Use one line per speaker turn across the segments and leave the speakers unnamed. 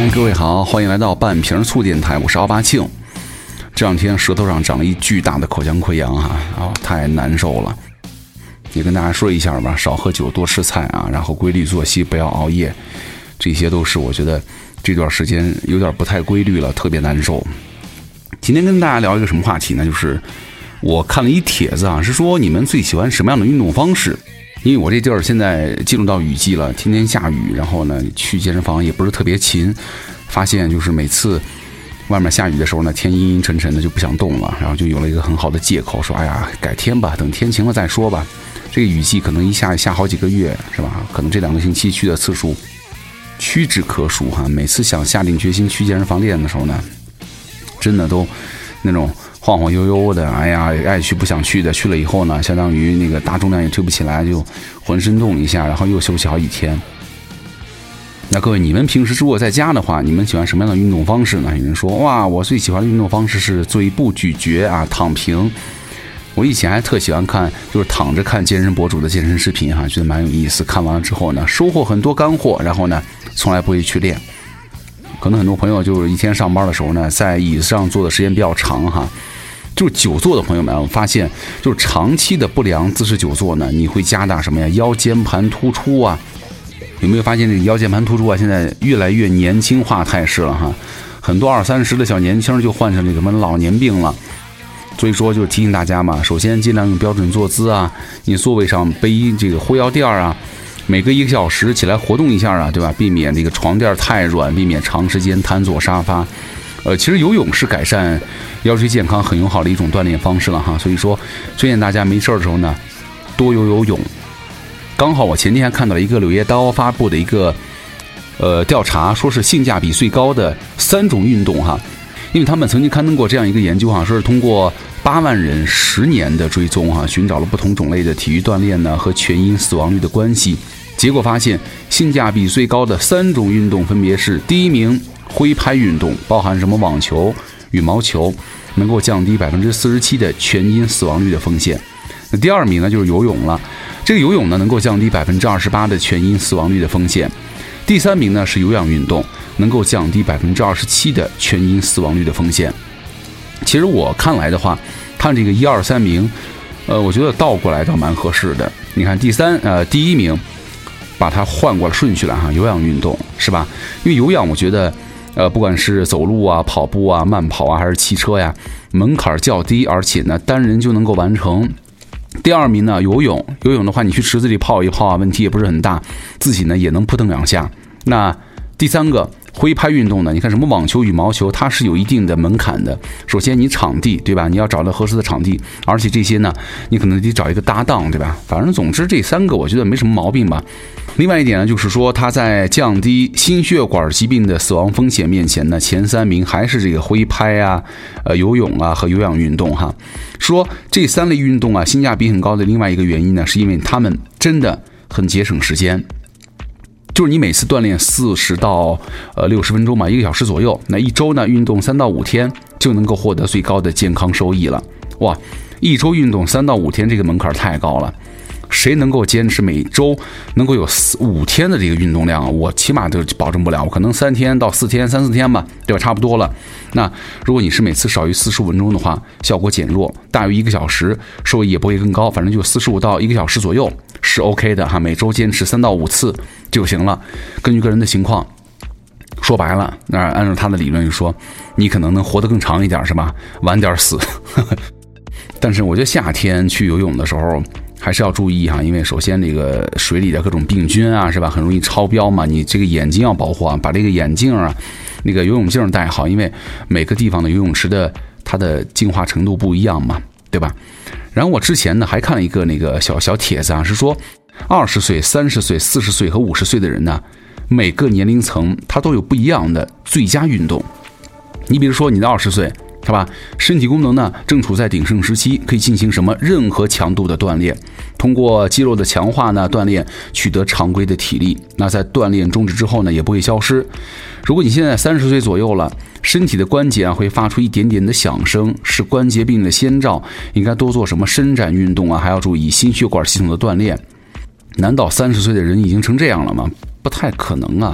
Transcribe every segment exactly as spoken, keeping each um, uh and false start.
各位好，欢迎来到半瓶醋电台，我是奥巴庆。这两天舌头上长了一巨大的口腔溃疡啊，啊，太难受了。也跟大家说一下吧，少喝酒，多吃菜啊，然后规律作息，不要熬夜，这些都是我觉得这段时间有点不太规律了，特别难受。今天跟大家聊一个什么话题呢？就是我看了一帖子啊，是说你们最喜欢什么样的运动方式？因为我这地儿现在进入到雨季了，天天下雨，然后呢去健身房也不是特别勤，发现就是每次外面下雨的时候呢，天阴阴沉沉的就不想动了，然后就有了一个很好的借口，说哎呀改天吧，等天晴了再说吧。这个雨季可能一下下好几个月是吧？可能这两个星期去的次数屈指可数哈。每次想下定决心去健身房练的时候呢，真的都那种晃晃悠悠的，哎呀爱去不想去的，去了以后呢，相当于那个大重量也推不起来，就浑身动一下，然后又休息好几天。那各位，你们平时如果在家的话，你们喜欢什么样的运动方式呢？有人说哇，我最喜欢的运动方式是嘴部咀嚼啊，躺平。我以前还特喜欢看，就是躺着看健身博主的健身视频哈，觉得蛮有意思。看完了之后呢，收获很多干货，然后呢，从来不会去练。可能很多朋友就是一天上班的时候呢，在椅子上坐的时间比较长哈。就是久坐的朋友们，我发现就是长期的不良姿势久坐呢，你会加大什么呀？腰间盘突出啊。有没有发现这个腰间盘突出啊？现在越来越年轻化态势了哈。很多二三十的小年轻就患上这个什么老年病了。所以说，就是提醒大家嘛，首先尽量用标准坐姿啊，你座位上背这个护腰垫啊，每隔一个小时起来活动一下啊，对吧？避免这个床垫太软，避免长时间瘫坐沙发。呃，其实游泳是改善腰椎健康很友好的一种锻炼方式了哈。所以说，推荐大家没事的时候呢，多游游泳。刚好我前天还看到了一个《柳叶刀》发布的一个呃调查，说是性价比最高的三种运动哈。因为他们曾经刊登过这样一个研究哈，说是通过八万人十年的追踪哈，寻找了不同种类的体育锻炼呢和全因死亡率的关系，结果发现性价比最高的三种运动分别是：第一名挥拍运动，包含什么网球、羽毛球，能够降低百分之四十七的全因死亡率的风险。那第二名呢就是游泳了，这个游泳呢能够降低百分之二十八的全因死亡率的风险。第三名呢是有氧运动，能够降低百分之二十七的全因死亡率的风险。其实我看来的话，看这个一二三名，呃，我觉得倒过来倒蛮合适的。你看第三，呃，第一名，把它换过了顺序了哈，有氧运动是吧？因为有氧，我觉得，呃，不管是走路啊、跑步啊、慢跑啊，还是骑车呀，门槛较低，而且呢，单人就能够完成。第二名呢，游泳，游泳的话，你去池子里泡一泡啊，问题也不是很大，自己呢也能扑腾两下。那第三个挥拍运动呢，你看什么网球、羽毛球，它是有一定的门槛的。首先你场地对吧，你要找到合适的场地，而且这些呢你可能得找一个搭档对吧，反正总之这三个我觉得没什么毛病吧。另外一点呢，就是说它在降低心血管疾病的死亡风险面前呢，前三名还是这个挥拍啊、呃游泳啊和有氧运动哈。说这三类运动啊性价比很高的另外一个原因呢，是因为它们真的很节省时间。就是你每次锻炼四十到呃六十分钟嘛，一个小时左右，那一周呢运动三到五天就能够获得最高的健康收益了。哇，一周运动三到五天这个门槛太高了，谁能够坚持每周能够有四五天的这个运动量？我起码都保证不了，我可能三天到四天、三四天吧，对吧？差不多了。那如果你是每次少于四十五分钟的话，效果减弱；大于一个小时，收益也不会更高，反正就四十五到一个小时左右是 OK 的哈。每周坚持三到五次就行了，根据个人的情况。说白了，那按照他的理论说，你可能能活得更长一点，是吧？晚点死。但是我觉得夏天去游泳的时候还是要注意哈，因为首先这个水里的各种病菌啊，是吧，很容易超标嘛。你这个眼睛要保护啊，把这个眼镜啊、那个游泳镜戴好，因为每个地方的游泳池的它的净化程度不一样嘛，对吧？然后我之前呢还看了一个那个小小帖子啊，是说二十岁、三十岁、四十岁和五十岁的人呢，每个年龄层它都有不一样的最佳运动。你比如说你的二十岁。是吧？身体功能呢正处在鼎盛时期，可以进行什么任何强度的锻炼，通过肌肉的强化呢锻炼取得常规的体力。那在锻炼终止之后呢也不会消失。如果你现在三十岁左右了，身体的关节啊会发出一点点的响声，是关节病的先兆，应该多做什么伸展运动啊，还要注意心血管系统的锻炼。难道三十岁的人已经成这样了吗？不太可能啊。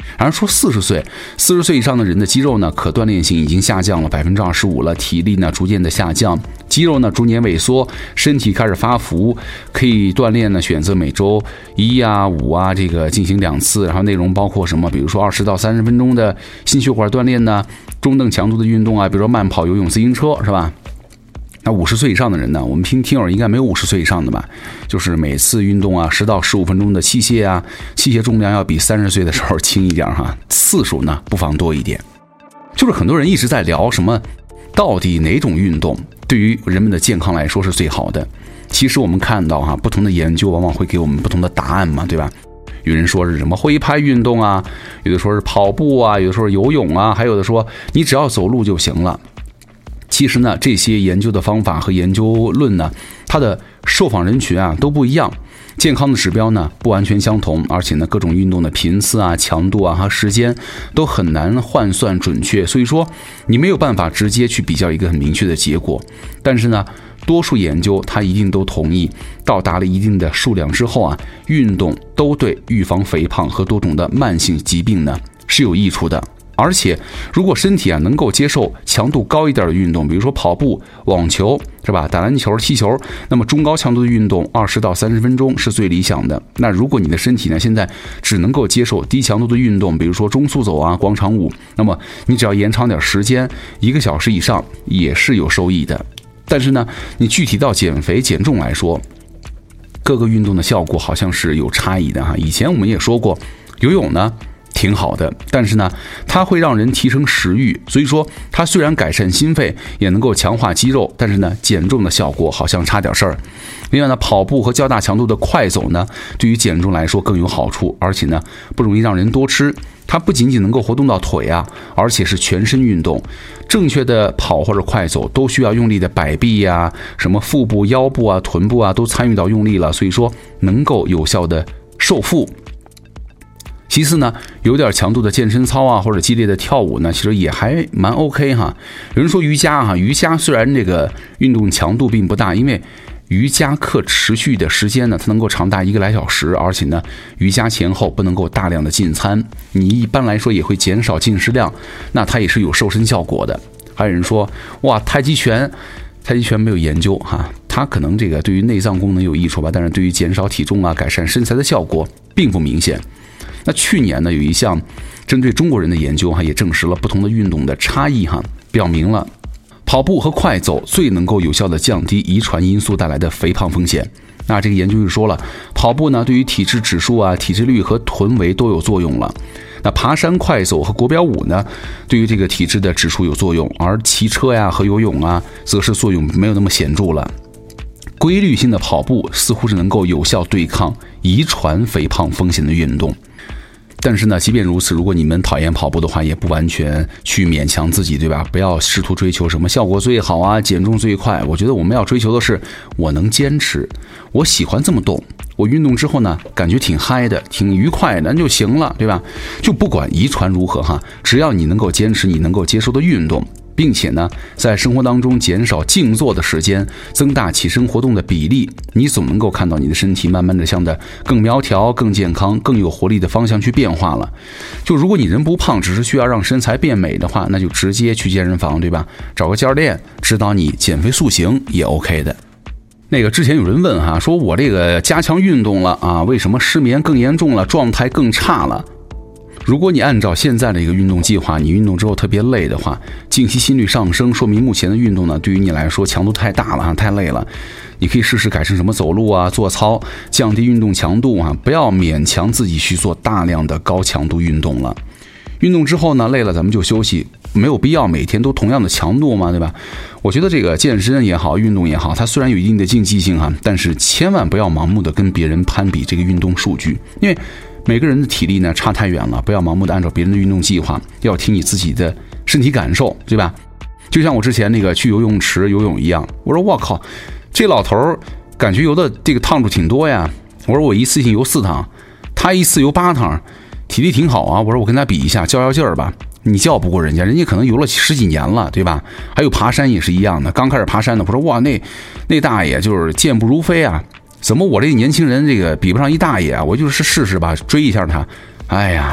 然后说四十岁，四十岁以上的人的肌肉呢，可锻炼性已经下降了百分之二十五了，体力呢逐渐的下降，肌肉呢逐年萎缩，身体开始发福。可以锻炼呢，选择每周一啊、五啊这个进行两次，然后内容包括什么？比如说二十到三十分钟的心血管锻炼呢，中等强度的运动啊，比如说慢跑、游泳、自行车，是吧？那五十岁以上的人呢，我们听听友应该没有五十岁以上的吧？就是每次运动啊，十到十五分钟的器械啊，器械重量要比三十岁的时候轻一点哈，次数呢不妨多一点。就是很多人一直在聊什么，到底哪种运动对于人们的健康来说是最好的？其实我们看到哈，不同的研究往往会给我们不同的答案嘛，对吧？有人说是什么挥拍运动啊，有的说是跑步啊，有的说是游泳啊，还有的说你只要走路就行了。其实呢，这些研究的方法和研究论呢，它的受访人群啊都不一样，健康的指标呢不完全相同，而且呢各种运动的频次啊、强度啊和时间都很难换算准确，所以说你没有办法直接去比较一个很明确的结果。但是呢，多数研究它一定都同意，到达了一定的数量之后啊，运动都对预防肥胖和多种的慢性疾病呢是有益处的。而且如果身体啊能够接受强度高一点的运动，比如说跑步、网球，是吧？打篮球、踢球，那么中高强度的运动二十到三十分钟是最理想的。那如果你的身体呢现在只能够接受低强度的运动，比如说中速走啊、广场舞，那么你只要延长点时间，一个小时以上也是有收益的。但是呢，你具体到减肥减重来说，各个运动的效果好像是有差异的哈。以前我们也说过，游泳呢挺好的，但是呢，它会让人提升食欲，所以说它虽然改善心肺，也能够强化肌肉，但是呢，减重的效果好像差点事儿。另外呢，跑步和较大强度的快走呢，对于减重来说更有好处，而且呢，不容易让人多吃。它不仅仅能够活动到腿啊，而且是全身运动。正确的跑或者快走都需要用力的摆臂呀、什么腹部、腰部啊、臀部啊都参与到用力了，所以说能够有效的瘦腹。其次呢，有点强度的健身操啊，或者激烈的跳舞呢，其实也还蛮 OK 哈。有人说瑜伽哈，瑜伽虽然这个运动强度并不大，因为瑜伽课持续的时间呢，它能够长达一个来小时，而且呢，瑜伽前后不能够大量的进餐，你一般来说也会减少进食量，那它也是有瘦身效果的。还有人说，哇，太极拳，太极拳没有研究哈，它可能这个对于内脏功能有益处吧，但是对于减少体重啊、改善身材的效果并不明显。那去年呢，有一项针对中国人的研究哈，也证实了不同的运动的差异哈，表明了跑步和快走最能够有效的降低遗传因素带来的肥胖风险。那这个研究就说了，跑步呢对于体脂指数啊、体脂率和臀围都有作用了。那爬山、快走和国标舞呢，对于这个体质的指数有作用，而骑车呀和游泳啊，则是作用没有那么显著了。规律性的跑步似乎是能够有效对抗遗传肥胖风险的运动。但是呢，即便如此，如果你们讨厌跑步的话，也不完全去勉强自己，对吧？不要试图追求什么效果最好啊，减重最快。我觉得我们要追求的是，我能坚持，我喜欢这么动，我运动之后呢，感觉挺嗨的，挺愉快的，那就行了，对吧？就不管遗传如何哈，只要你能够坚持你能够接受的运动，并且呢，在生活当中减少静坐的时间，增大起身活动的比例，你总能够看到你的身体慢慢的向着更苗条、更健康、更有活力的方向去变化了。就如果你人不胖，只是需要让身材变美的话，那就直接去健身房，对吧？找个教练指导你减肥塑形也 OK 的。那个之前有人问哈，说我这个加强运动了啊，为什么失眠更严重了，状态更差了？如果你按照现在的一个运动计划，你运动之后特别累的话，静息心率上升，说明目前的运动呢，对于你来说强度太大了，太累了。你可以试试改成什么走路啊、做操，降低运动强度啊，不要勉强自己去做大量的高强度运动了。运动之后呢，累了咱们就休息，没有必要每天都同样的强度嘛，对吧？我觉得这个健身也好，运动也好，它虽然有一定的竞技性哈，但是千万不要盲目的跟别人攀比这个运动数据，因为每个人的体力呢差太远了，不要盲目的按照别人的运动计划，要听你自己的身体感受，对吧？就像我之前那个去游泳池游泳一样，我说我靠，这老头感觉游的这个趟数挺多呀，我说我一次性游四趟，他一次游八趟，体力挺好啊，我说我跟他比一下，较较劲儿吧。你较不过人家，人家可能游了十几年了，对吧？还有爬山也是一样的，刚开始爬山的，我说哇，那那大爷就是健步如飞啊，怎么我这年轻人这个比不上一大爷啊？我就是试试吧，追一下他。哎呀，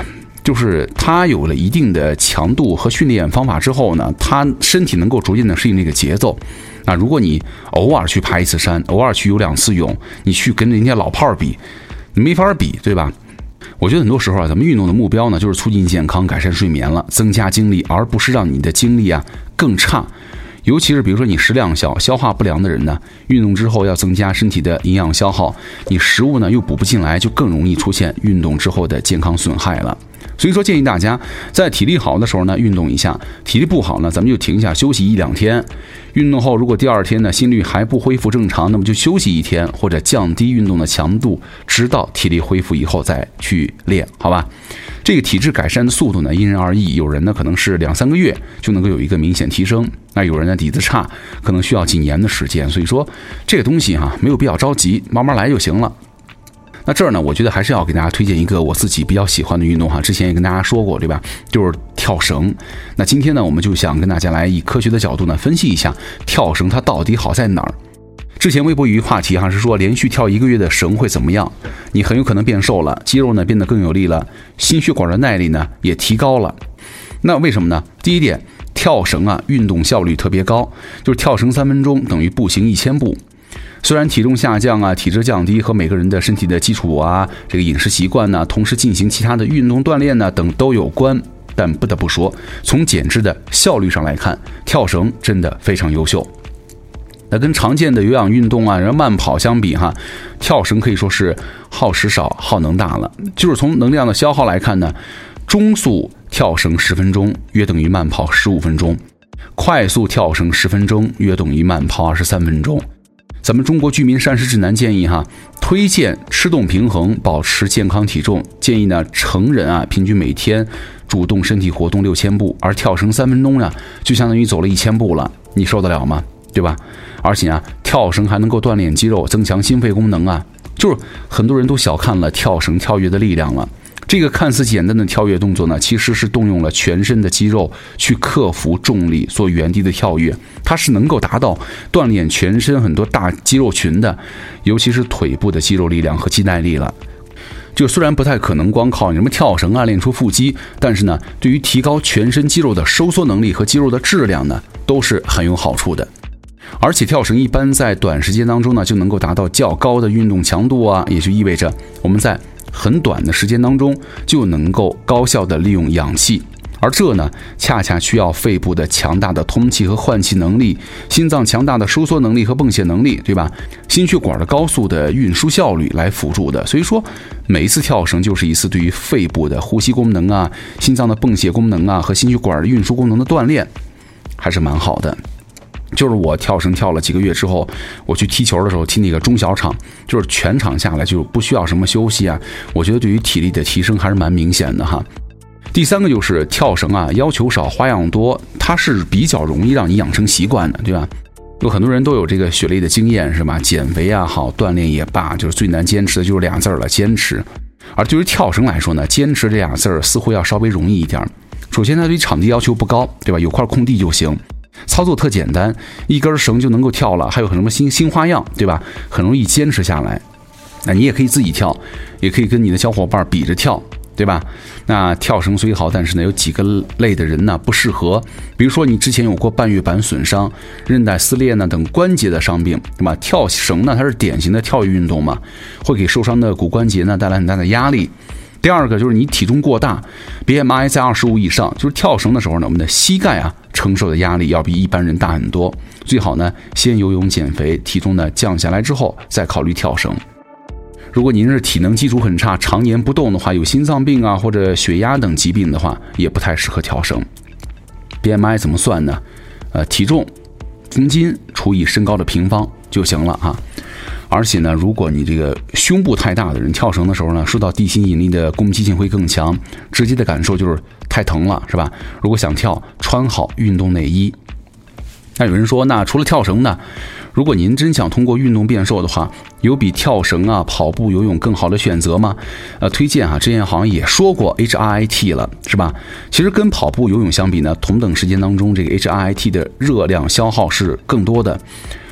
就是他有了一定的强度和训练方法之后呢，他身体能够逐渐的适应这个节奏。那如果你偶尔去爬一次山，偶尔去游两次泳，你去跟人家老炮儿比，你没法比，对吧？我觉得很多时候啊，咱们运动的目标呢，就是促进健康、改善睡眠了，增加精力，而不是让你的精力啊更差。尤其是比如说你食量小、消化不良的人呢，运动之后要增加身体的营养消耗，你食物呢又补不进来，就更容易出现运动之后的健康损害了。所以说建议大家在体力好的时候呢运动一下，体力不好呢咱们就停下休息一两天。运动后如果第二天呢心率还不恢复正常，那么就休息一天，或者降低运动的强度，直到体力恢复以后再去练，好吧？这个体质改善的速度呢因人而异，有人呢可能是两三个月就能够有一个明显提升，那有人呢底子差，可能需要几年的时间。所以说这个东西哈、啊、没有必要着急，慢慢来就行了。那这儿呢，我觉得还是要给大家推荐一个我自己比较喜欢的运动哈，之前也跟大家说过，对吧？就是跳绳。那今天呢，我们就想跟大家来以科学的角度呢分析一下跳绳它到底好在哪儿。之前微博有一个话题哈是说连续跳一个月的绳会怎么样？你很有可能变瘦了，肌肉呢变得更有力了，心血管的耐力呢也提高了。那为什么呢？第一点，跳绳啊运动效率特别高，就是跳绳三分钟等于步行一千步。虽然体重下降啊，体质降低和每个人的身体的基础啊，这个饮食习惯呢，同时进行其他的运动锻炼呢等都有关，但不得不说，从减脂的效率上来看，跳绳真的非常优秀。那跟常见的有氧运动啊，然后慢跑相比哈，跳绳可以说是耗时少、耗能大了。就是从能量的消耗来看呢，中速跳绳十分钟约等于慢跑十五分钟，快速跳绳十分钟约等于慢跑二十三分钟。咱们中国居民膳食指南建议哈，推荐吃动平衡，保持健康体重。建议呢，成人啊平均每天主动身体活动六千步，而跳绳三分钟呢，就相当于走了一千步了，你受得了吗？对吧？而且啊，跳绳还能够锻炼肌肉，增强心肺功能啊。就是很多人都小看了跳绳跳跃的力量了。这个看似简单的跳跃动作呢，其实是动用了全身的肌肉去克服重力做原地的跳跃，它是能够达到锻炼全身很多大肌肉群的，尤其是腿部的肌肉力量和肌耐力了。就虽然不太可能光靠你什么跳绳啊练出腹肌，但是呢，对于提高全身肌肉的收缩能力和肌肉的质量呢，都是很有好处的。而且跳绳一般在短时间当中呢，就能够达到较高的运动强度啊，也就意味着我们在很短的时间当中就能够高效的利用氧气，而这呢，恰恰需要肺部的强大的通气和换气能力，心脏强大的收缩能力和泵血能力，对吧？心血管的高速的运输效率来辅助的。所以说，每一次跳绳就是一次对于肺部的呼吸功能啊、心脏的泵血功能啊和心血管的运输功能的锻炼，还是蛮好的。就是我跳绳跳了几个月之后，我去踢球的时候踢那个中小场，就是全场下来就不需要什么休息啊，我觉得对于体力的提升还是蛮明显的哈。第三个就是跳绳啊，要求少花样多，它是比较容易让你养成习惯的，对吧？有很多人都有这个血泪的经验是吧？减肥啊好，锻炼也罢，就是最难坚持的就是俩字了，坚持。而对于跳绳来说呢，坚持这俩字儿似乎要稍微容易一点。首先它对场地要求不高，对吧？有块空地就行。操作特简单，一根绳就能够跳了，还有很什么新新花样，对吧？很容易坚持下来。那你也可以自己跳，也可以跟你的小伙伴比着跳，对吧？那跳绳虽好，但是呢，有几个类的人呢不适合。比如说你之前有过半月板损伤、韧带撕裂呢等关节的伤病，对吧？跳绳呢，它是典型的跳跃运动嘛，会给受伤的骨关节呢带来很大的压力。第二个就是你体重过大 ，B M I 在二十五以上，就是跳绳的时候呢，我们的膝盖啊承受的压力要比一般人大很多。最好呢，先游泳减肥，体重呢降下来之后再考虑跳绳。如果您是体能基础很差，常年不动的话，有心脏病啊或者血压等疾病的话，也不太适合跳绳。B M I 怎么算呢？呃，体重公斤除以身高的平方就行了啊。而且呢，如果你这个胸部太大的人跳绳的时候呢，受到地心引力的攻击性会更强，直接的感受就是太疼了，是吧？如果想跳，穿好运动内衣。那有人说，那除了跳绳呢，如果您真想通过运动变瘦的话，有比跳绳啊、跑步、游泳更好的选择吗？呃，推荐啊，之前好像也说过 H I I T 了，是吧？其实跟跑步、游泳相比呢，同等时间当中，这个 H I I T 的热量消耗是更多的。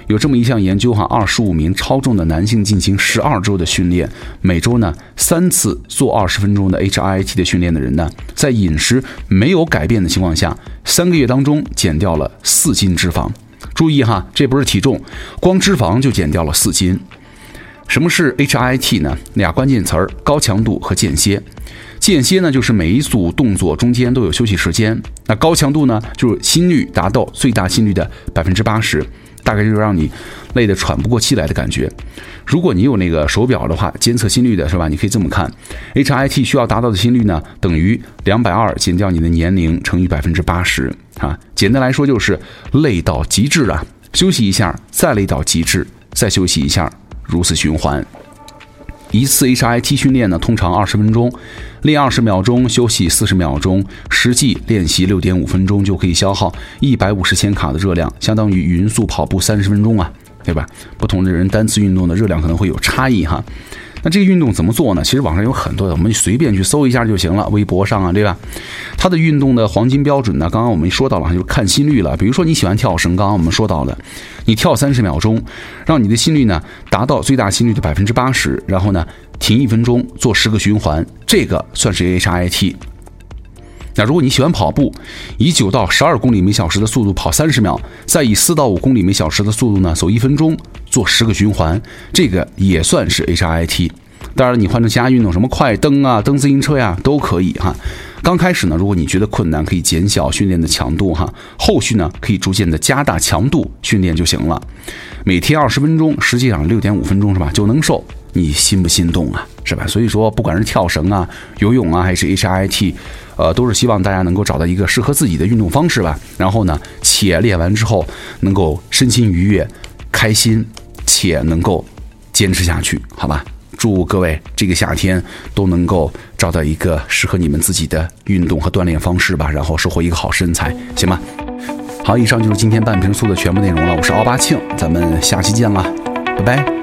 有这么一项研究哈，二十五名超重的男性进行十二周的训练，每周呢三次做二十分钟的 H I I T 的训练的人呢，在饮食没有改变的情况下，三个月当中减掉了四斤脂肪。注意哈，这不是体重，光脂肪就减掉了四斤。什么是 H I I T 呢？俩关键词儿：高强度和间歇。间歇呢，就是每一组动作中间都有休息时间。那高强度呢，就是心率达到最大心率的百分之八十，大概就是让你累得喘不过气来的感觉。如果你有那个手表的话，监测心率的是吧？你可以这么看 ，H I I T 需要达到的心率呢，等于两百二减掉你的年龄乘以百分之八十啊。简单来说就是累到极致啊，休息一下，再累到极致，再休息一下，如此循环。一次 H I I T 训练呢，通常二十分钟，练二十秒钟，休息四十秒钟，实际练习六点五分钟就可以消耗一百五十千卡的热量，相当于匀速跑步三十分钟啊，对吧？不同的人单次运动的热量可能会有差异哈。那这个运动怎么做呢？其实网上有很多的，我们随便去搜一下就行了，微博上啊，对吧？它的运动的黄金标准呢，刚刚我们说到了，就是看心率了。比如说你喜欢跳绳，刚刚我们说到的，你跳三十秒钟，让你的心率呢达到最大心率的百分之八十，然后呢停一分钟，做十个循环，这个算是 H I I T。那如果你喜欢跑步，以九到十二公里每小时的速度跑三十秒，再以四到五公里每小时的速度呢走一分钟，做十个循环，这个也算是 H I I T。当然，你换成其他运动，什么快蹬啊、蹬自行车呀、啊，都可以哈。刚开始呢，如果你觉得困难，可以减小训练的强度哈。后续呢，可以逐渐的加大强度训练就行了。每天二十分钟，实际上六点五分钟是吧，就能瘦。你心不心动啊？是吧？所以说，不管是跳绳啊、游泳啊，还是 H I I T， 呃，都是希望大家能够找到一个适合自己的运动方式吧。然后呢，且练完之后能够身心愉悦、开心，且能够坚持下去，好吧？祝各位这个夏天都能够找到一个适合你们自己的运动和锻炼方式吧，然后收获一个好身材，行吗？好，以上就是今天半瓶醋的全部内容了。我是奥巴庆，咱们下期见了，拜拜。